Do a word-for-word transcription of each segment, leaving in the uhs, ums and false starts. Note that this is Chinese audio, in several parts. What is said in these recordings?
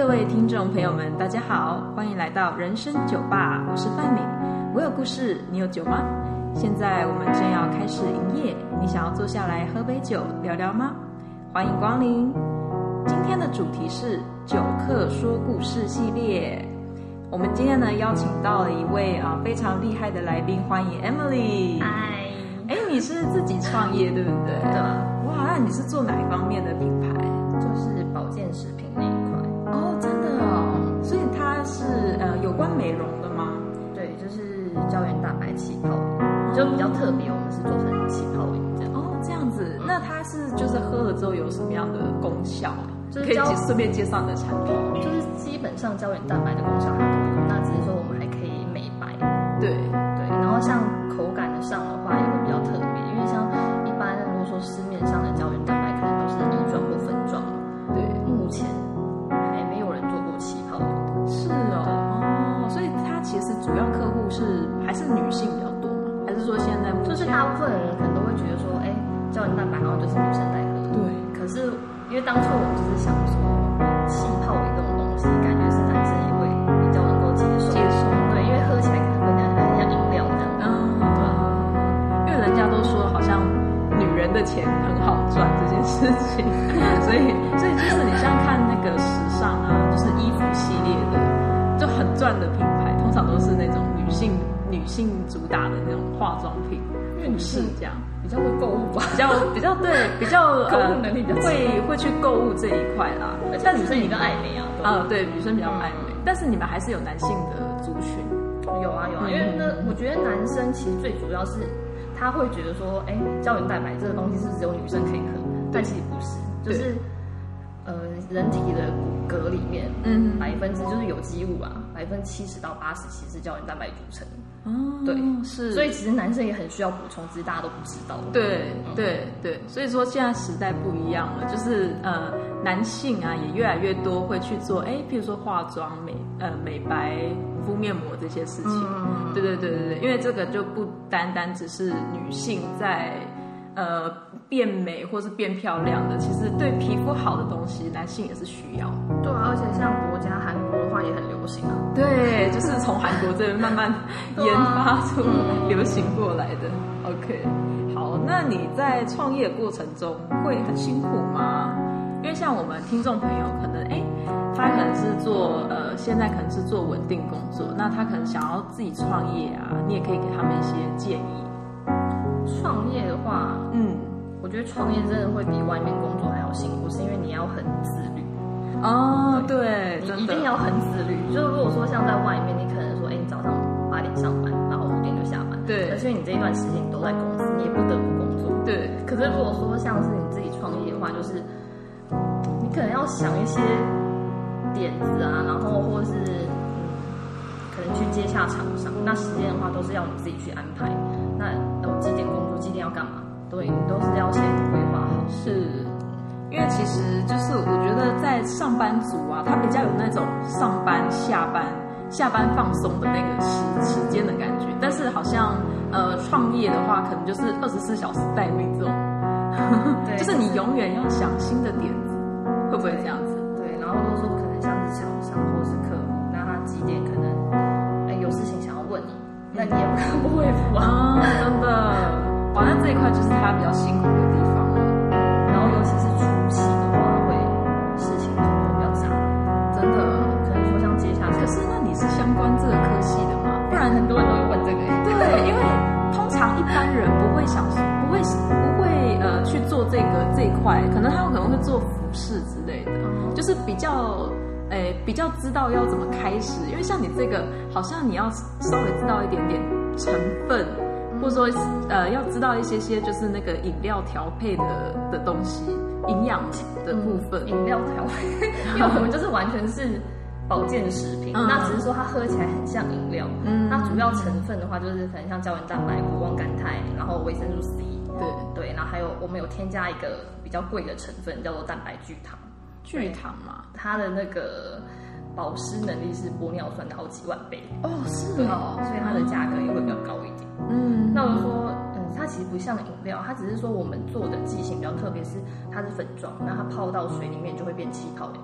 各位听众朋友们，大家好，欢迎来到人生酒吧，我是范敏。我有故事，你有酒吗？现在我们正要开始营业，你想要坐下来喝杯酒聊聊吗？欢迎光临。今天的主题是酒客说故事系列。我们今天呢邀请到了一位啊非常厉害的来宾，欢迎 Emily。 嗨， 哎，你是自己创业对不对？ 对啊。 哇，那你是做哪一方面的品牌？ 就是保健食品那一块。 哦，真的哦，所以它是呃有关美容的吗？ 对，就是胶原蛋白气泡饮，就比较特别，我们是做成气泡饮这样。 哦，这样子，嗯、那它是就是喝了之后有什么样的功效啊？ 就是可以顺便介绍你的产品。 就是基本上胶原蛋白的功效它都有，那只是说我们还可以美白。 对对，然后像口感的上的话也会比较特别，因为像一般如果说市面上的胶原蛋白可能都是液状或粉状嘛。 对， 目前还没有人做过气泡饮。 是哦，哦，所以它其实主要客户是还是女性比较多吗？还是说现在就是大部分人可能都会觉得说，哎，胶原蛋白好像就是女生在喝。 对， 可是因为当初我们就是想说，气泡饮这种东西，感觉是男生也会比较能够接受。 接受， 对，因为喝起来可能会很像饮料这样。 嗯，对，因为人家都说好像女人的钱很好赚这件事情，所以所以就是你像看那个时尚啊，就是衣服系列的，就很赚的品牌，通常都是那种女性女性主打的那种化妆品，服饰这样。 比较会购物吧， 比较比较对，比较购物能力比较会会去购物这一块啦。 但女生比较爱美啊， 啊、嗯，对，女生比较爱美，嗯、但是你们还是有男性的族群。 有啊有啊，因为那我觉得男生其实最主要是他会觉得说，哎，胶原蛋白这个东西是只有女生可以喝，但其实不是，就是呃人体的骨骼里面，嗯，百分之就是有机物啊，百分之七十到八十其实是胶原蛋白组成。哦，对， 是， 所以其实男生也很需要补充，只是大家都不知道。 对，嗯、对，对，所以说现在时代不一样了，就是呃，男性啊也越来越多会去做，哎，譬如说化妆、美呃美白、敷面膜这些事情。嗯，对对对对对，因为这个就不单单只是女性在呃变美或是变漂亮的，其实对皮肤好的东西，男性也是需要。 对啊，而且像国家韩国的话也很流行啊。 对，就是从韩国这边慢慢研发出流行过来的。OK， 好，那你在创业过程中会很辛苦吗？因为像我们听众朋友可能，哎，他可能是做呃，现在可能是做稳定工作，那他可能想要自己创业啊，你也可以给他们一些建议。 创业的话，嗯，我觉得创业真的会比外面工作还要辛苦，是因为你要很自律。 哦，对， 你一定要很自律。就是如果说像在外面，你可能说，哎，你早上八点上班，然后五点就下班， 对。 可是因为你这一段时间你都在公司，你也不得不工作， 对。 可是如果说像是你自己创业的话，就是你可能要想一些点子啊，然后或是嗯，可能去接洽厂商，那时间的话都是要你自己去安排。那我几点工作，几点要干嘛，对，你都是要先规划好。 是。因为其实就是我觉得在上班族啊，他比较有那种上班、下班、下班放松的那个时时间的感觉，但是好像呃创业的话，可能就是二十四小时待命这种，就是你永远要想新的点子，会不会这样子？ 对，然后如果说可能像是厂商或是客户，那他几点可能哎有事情想要问你，那你也不不回复啊， 啊真的，哇，那这一块就是他比较辛苦的地方。 然后尤其是初期的话，会事情都比较长，真的。可能说像接下来， 可是那你是相关这个科系的吗？不然很多人都会问这个。 对，因为通常一般人不会想，不会不会呃去做这个这一块，可能他们可能会做服饰之类的，嗯、就是比较诶比较知道要怎么开始。因为像你这个，好像你要稍微知道一点点成分。或者说，呃，要知道一些些就是那个饮料调配的的东西，营养的部分。 饮、嗯、料调配，因为我们就是完全是保健食品，嗯、那只是说它喝起来很像饮料。嗯，它主要成分的话，就是可能像胶原蛋白、谷胱甘肽，然后维生素 C。对对，然后还有我们有添加一个比较贵的成分，叫做蛋白聚糖。 聚糖嘛， 它的那个保湿能力是玻尿酸的好几万倍。 哦，是哦， 所以它的价格也会比较高一点。嗯，那我就说，嗯，它其实不像饮料，它只是说我们做的剂型比较特别，是它是粉状，那它泡到水里面就会变气泡饮这样。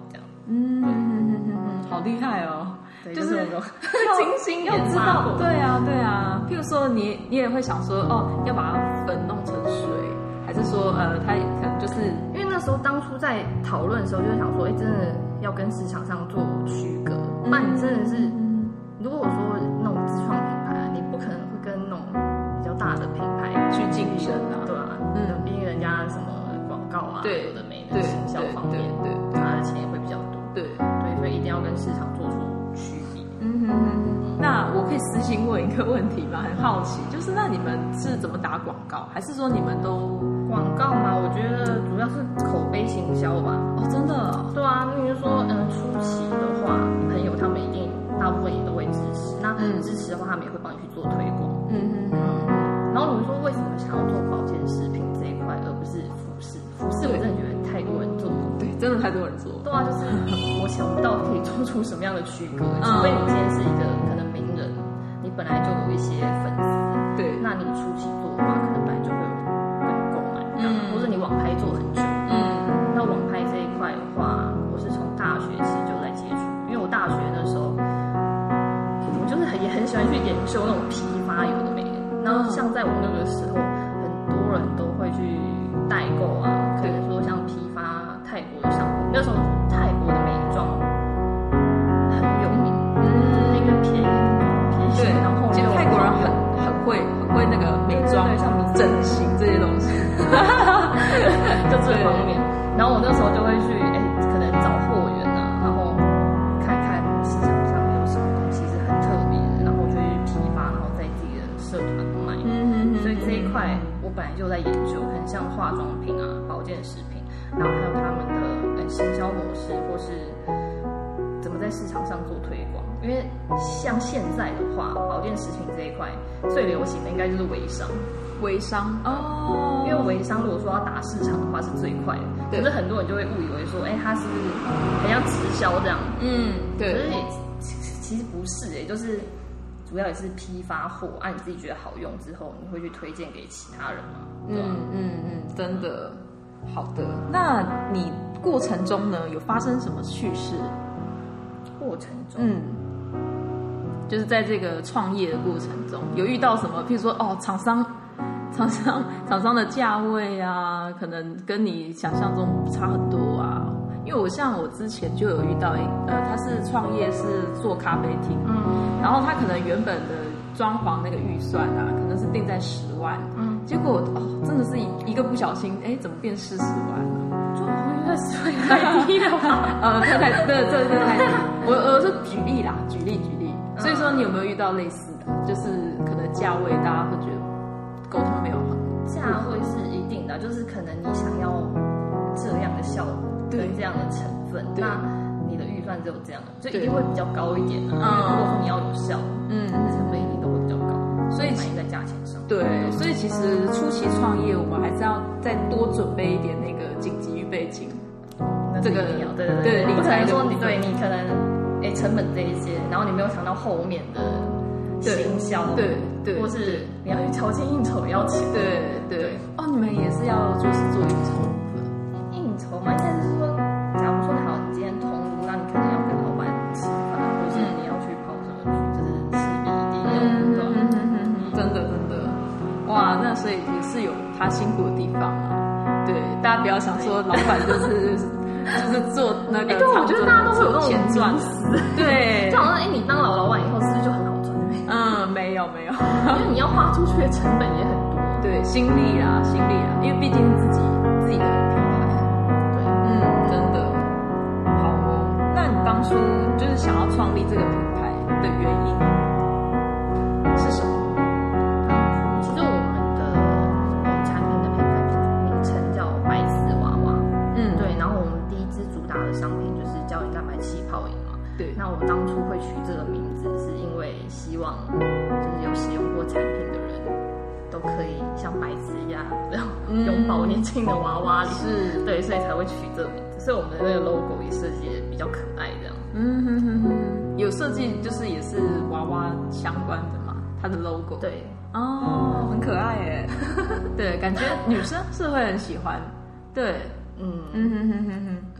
嗯嗯嗯嗯，好厉害哦。 就是要精心要知道，对啊对啊。譬如说你你也会想说，哦，要把它粉弄成水，还是说呃，它可能就是因为那时候当初在讨论的时候，就想说，哎，真的要跟市场上做区隔，不然你真的是，如果我说那种自创品牌，你不可能会跟那种比较大的品牌去竞争啊， 对啊，嗯，毕竟人家什么广告啊， 对， 有的没的行销方面， 对， 拿的钱也会比较多， 对对，所以一定要跟市场做出区别。 嗯哼哼，那我可以私信问一个问题吗？很好奇，就是那你们是怎么打广告，还是说你们都广告嘛？我觉得主要是口碑行销吧。 哦，真的、哦？ 对啊，那你就说，嗯、呃，初期的话，朋友他们一定大部分也都会支持。那支持的话，他们也会帮你去做推广。嗯嗯嗯。然后你说为什么想要做保健食品这一块，而不是服饰？服饰我真的觉得太多人做。 对，真的太多人做。 对啊，就是我想不到可以做出什么样的区隔，除非你今天是一个可能名人，你本来就有一些粉丝， 对， 那你初期做的话，可能本来就会有人购买，嗯，或者你网拍做很久，嗯，那网拍这一块的话，我是从大学其实就在接触，因为我大学那时候，我就是很也很喜欢去研究那种批发有的没的，然后像在我那个时候，很多人都会去代购啊，可能说像批发泰国的商品，那时候泰国的美妆很有名，嗯，就是因为便宜，便宜， 对， 然后其实泰国人很很会很会那个美妆， 对，像整形这些东西， 就这方面。然后我那时候就会去，哎，可能找货源啊，然后看看市场上有什么东西是很特别的，然后就去批发，然后在自己的社团卖。嗯嗯。所以这一块我本来就在研究，很像化妆品啊、保健食品。然后还有他们的呃行销模式，或是怎么在市场上做推广。因为像现在的话，保健食品这一块最流行的应该就是微商。 微商哦， 因为微商如果说要打市场的话是最快的，可是很多人就会误以为说，哎，它是很像直销这样。嗯，对。可是也其实不是，哎，就是主要也是批发货，按、啊、你自己觉得好用之后，你会去推荐给其他人嘛？对吧？ 嗯嗯嗯，真的。好的，那你过程中呢有发生什么趣事？ 过程中， 嗯，就是在这个创业的过程中，有遇到什么？譬如说，哦，厂商、厂商、厂商的价位啊，可能跟你想象中差很多啊。因为我像我之前就有遇到一呃，他是创业是做咖啡厅，嗯，然后他可能原本的装潢那个预算啊，可能是定在十万，嗯，结果哦，真的是一个不小心，哎，怎么变四十万了？ 装潢预算十万太低了吧？ 呃，太太对对对太低。我我是举例啦，举例举例。所以说你有没有遇到类似的？就是可能价位大家会觉得沟通没有好， 价位是一定的，就是可能你想要这样的效果跟这样的成分，那你的预算只有这样，所以一定会比较高一点啊。因为如果说你要有效，嗯，成本一定都会比较高，所以反映在价钱上。 对，所以其实初期创业，我们还是要再多准备一点那个紧急预备金。 这个对对对，不可能说你对你可能哎成本这一些，然后你没有想到后面的行销，对对，或是你要去条件应酬邀请， 对对。哦，你们也是要就是做应酬应酬嘛？应该是说，假如说好，你今天通路，那你可能要跟老板吃饭，或是你要去跑什么局，就是势必一定要的。 真的真的，哇，那所以也是有他辛苦的地方啊。对，大家不要想说老板就是就是做那个， 对，我觉得大家都会有那种钱赚死，对， 就好像哎，你当老老板以后是不是就很好赚？ 嗯，没有没有， 因为你要花出去的成本也很多， 对，心力啊心力啊，因为毕竟自己自己的品牌，对，嗯，真的，好哦。那你当初就是想要创立这个品牌的原因是什么？ 其实我们的产品的品牌名称叫白丝娃娃，嗯，对，然后我们第一支主打的商品就是胶原蛋白气泡饮嘛，对，那我当初会取这个名字是因为希望就是有使用过产品的人都可以像白痴一样拥抱年轻的娃娃里，是对，所以才会取这个名字。所以我们的那个 logo 也设计的比较可爱，这样。嗯哼哼哼， 有设计就是也是娃娃相关的嘛，它的 logo。 对， 哦，很可爱耶。对，感觉女生是会很喜欢。对，嗯嗯哼哼哼哼。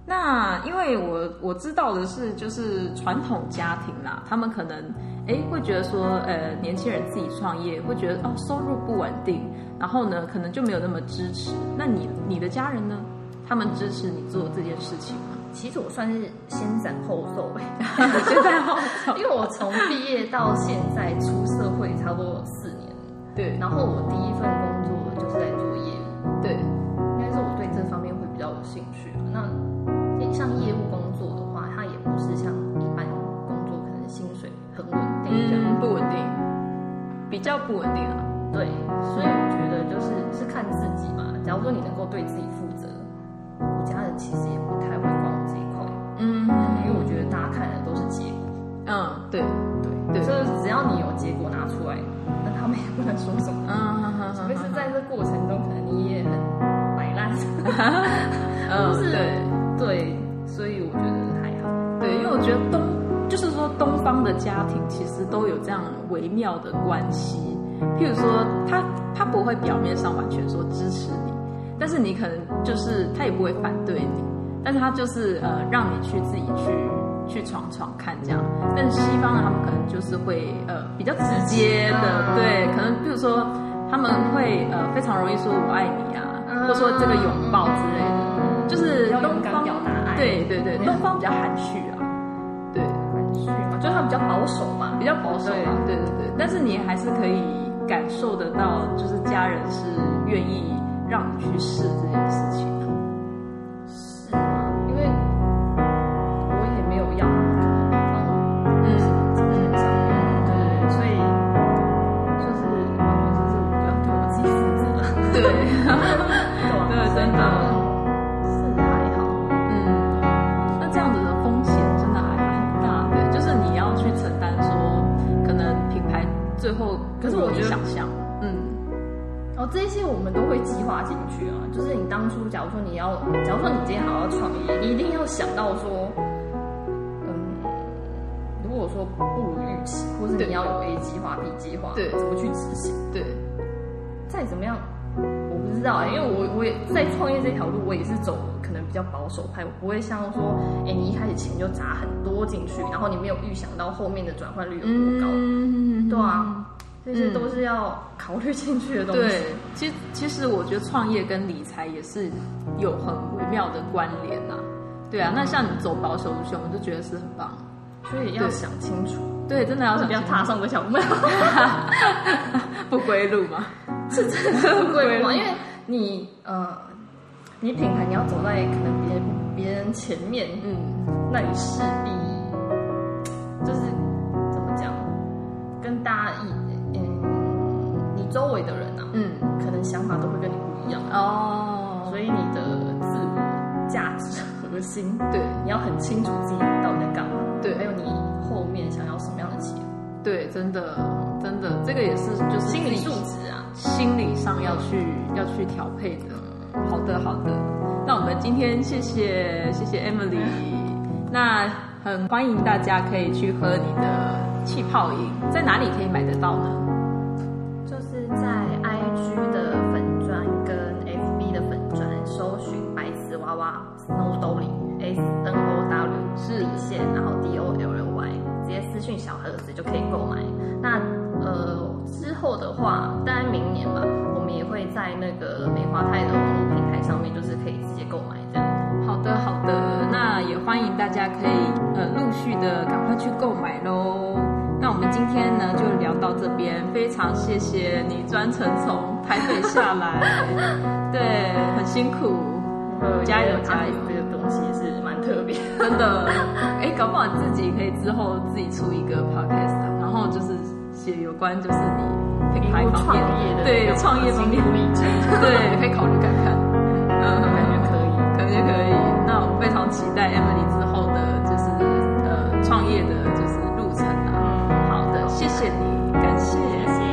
那因为我我知道的是，就是传统家庭啦，他们可能哎会觉得说，呃，年轻人自己创业会觉得哦收入不稳定，然后呢可能就没有那么支持。那你你的家人呢？他们支持你做这件事情吗？ 其实我算是先斩后奏哎， 先斩后奏， 因为我从毕业到现在出社会差不多四年， 对， 然后我第一份工作就是在做业务， 对， 应该是我对这方面会比较有兴趣。那像业务工作的话，它也不是像一般工作可能薪水很稳定这样， 嗯，不稳定，比较不稳定啊。 对，所以我觉得就是是看自己嘛。假如说你能够对自己负责，我家人其实也不太会管我这一块，嗯，因为我觉得大家看的都是结果， 嗯，对对对，所以只要你有结果拿出来，那他们也不能说什么，嗯，除非是在这过程中可能你也很摆烂， 嗯，对对，所以我觉得还好， 对，因为我觉得东就是说东方的家庭其实都有这样微妙的关系，譬如说他他不会表面上完全说支持你。但是你可能就是他也不会反对你，但是他就是呃让你去自己去去闯闯看这样。但是西方的他们可能就是会呃比较直接的，对，可能比如说他们会呃非常容易说我爱你啊，或者说这个拥抱之类的，就是东方表达爱， 对对对，东方比较含蓄啊，对， 含蓄嘛，就是他比较保守嘛， 比较保守嘛，对对对。但是你还是可以感受得到，就是家人是愿意让你去试这件事情的， 是吗？因为我也没有要帮我，嗯嗯嗯，对对对，所以就是完全就是我要对我自己负责， 对， 对，真的是还好， 嗯，那这样子的风险真的还很大，对，就是你要去承担说，可能品牌最后可是我觉得想象，嗯。 哦，这些我们都会计划进去啊。就是你当初，假如说你要，假如说你今天好好创业，你一定要想到说，嗯，如果说不如预期，或是你要有 A 计划、B 计划， 对， 怎么去执行？ 对， 再怎么样，我不知道啊、欸，因为我我也在创业这条路，我也是走可能比较保守派，我不会像说，哎、欸，你一开始钱就砸很多进去，然后你没有预想到后面的转换率有多高，嗯、对啊。这些都是要考虑进去的东西。 对，其实其实我觉得创业跟理财也是有很微妙的关联呐、啊。对啊，那像你走保守路线，我就觉得是很棒。 所以要想清楚。 对，真的要想清楚， 不要踏上这条路。 不归路嘛， 是真的不归路嘛？因为你呃，你品牌你要走在可能别人别人前面，嗯，那你势必就是怎么讲，跟大家一。周围的人啊，嗯，可能想法都会跟你不一样哦，所以你的自我价值核心，对，你要很清楚自己到底在干嘛，对，还有你后面想要什么样的企业， 对，真的，真的，这个也是就是心理素质啊， 心理上要去要去调配的。好的，好的，那我们今天谢谢谢谢 Emily， 那很欢迎大家可以去喝你的气泡饮，在哪里可以买得到呢？ 在 I G 的粉专跟 F B 的粉专搜寻白瓷娃娃 Snow Dolly S N O W 是底线，然后 D O L L Y， 直接私讯小盒子就可以购买。那呃之后的话，当然明年吧，我们也会在那个梅花泰的网络平台上面，就是可以直接购买这样。 好的，好的，那也欢迎大家可以呃陆续的赶快去购买咯。那我们今天呢就聊到这边，非常谢谢你专程从台北下来，对，很辛苦，加油加油！ 这个东西是蛮特别， 真的。哎，搞不好你自己可以之后自己出一个 podcast， 然后就是写有关就是你品牌方面的， 对，创业方面的历程，对，可以考虑看看， 嗯，感觉可以， 感觉可以。那我非常期待 Emily 之后的就是呃创业的就是路程啊。谢谢你，感谢， 谢谢。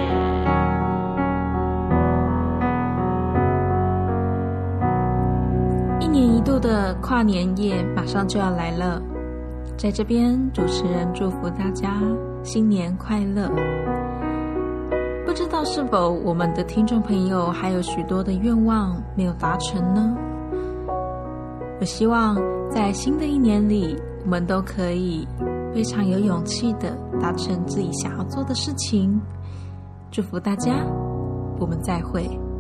一年一度的跨年夜马上就要来了，在这边主持人祝福大家新年快乐。不知道是否我们的听众朋友还有许多的愿望没有达成呢？ 我希望在新的一年里，我们都可以非常有勇气的达成自己想要做的事情。祝福大家，我们再会。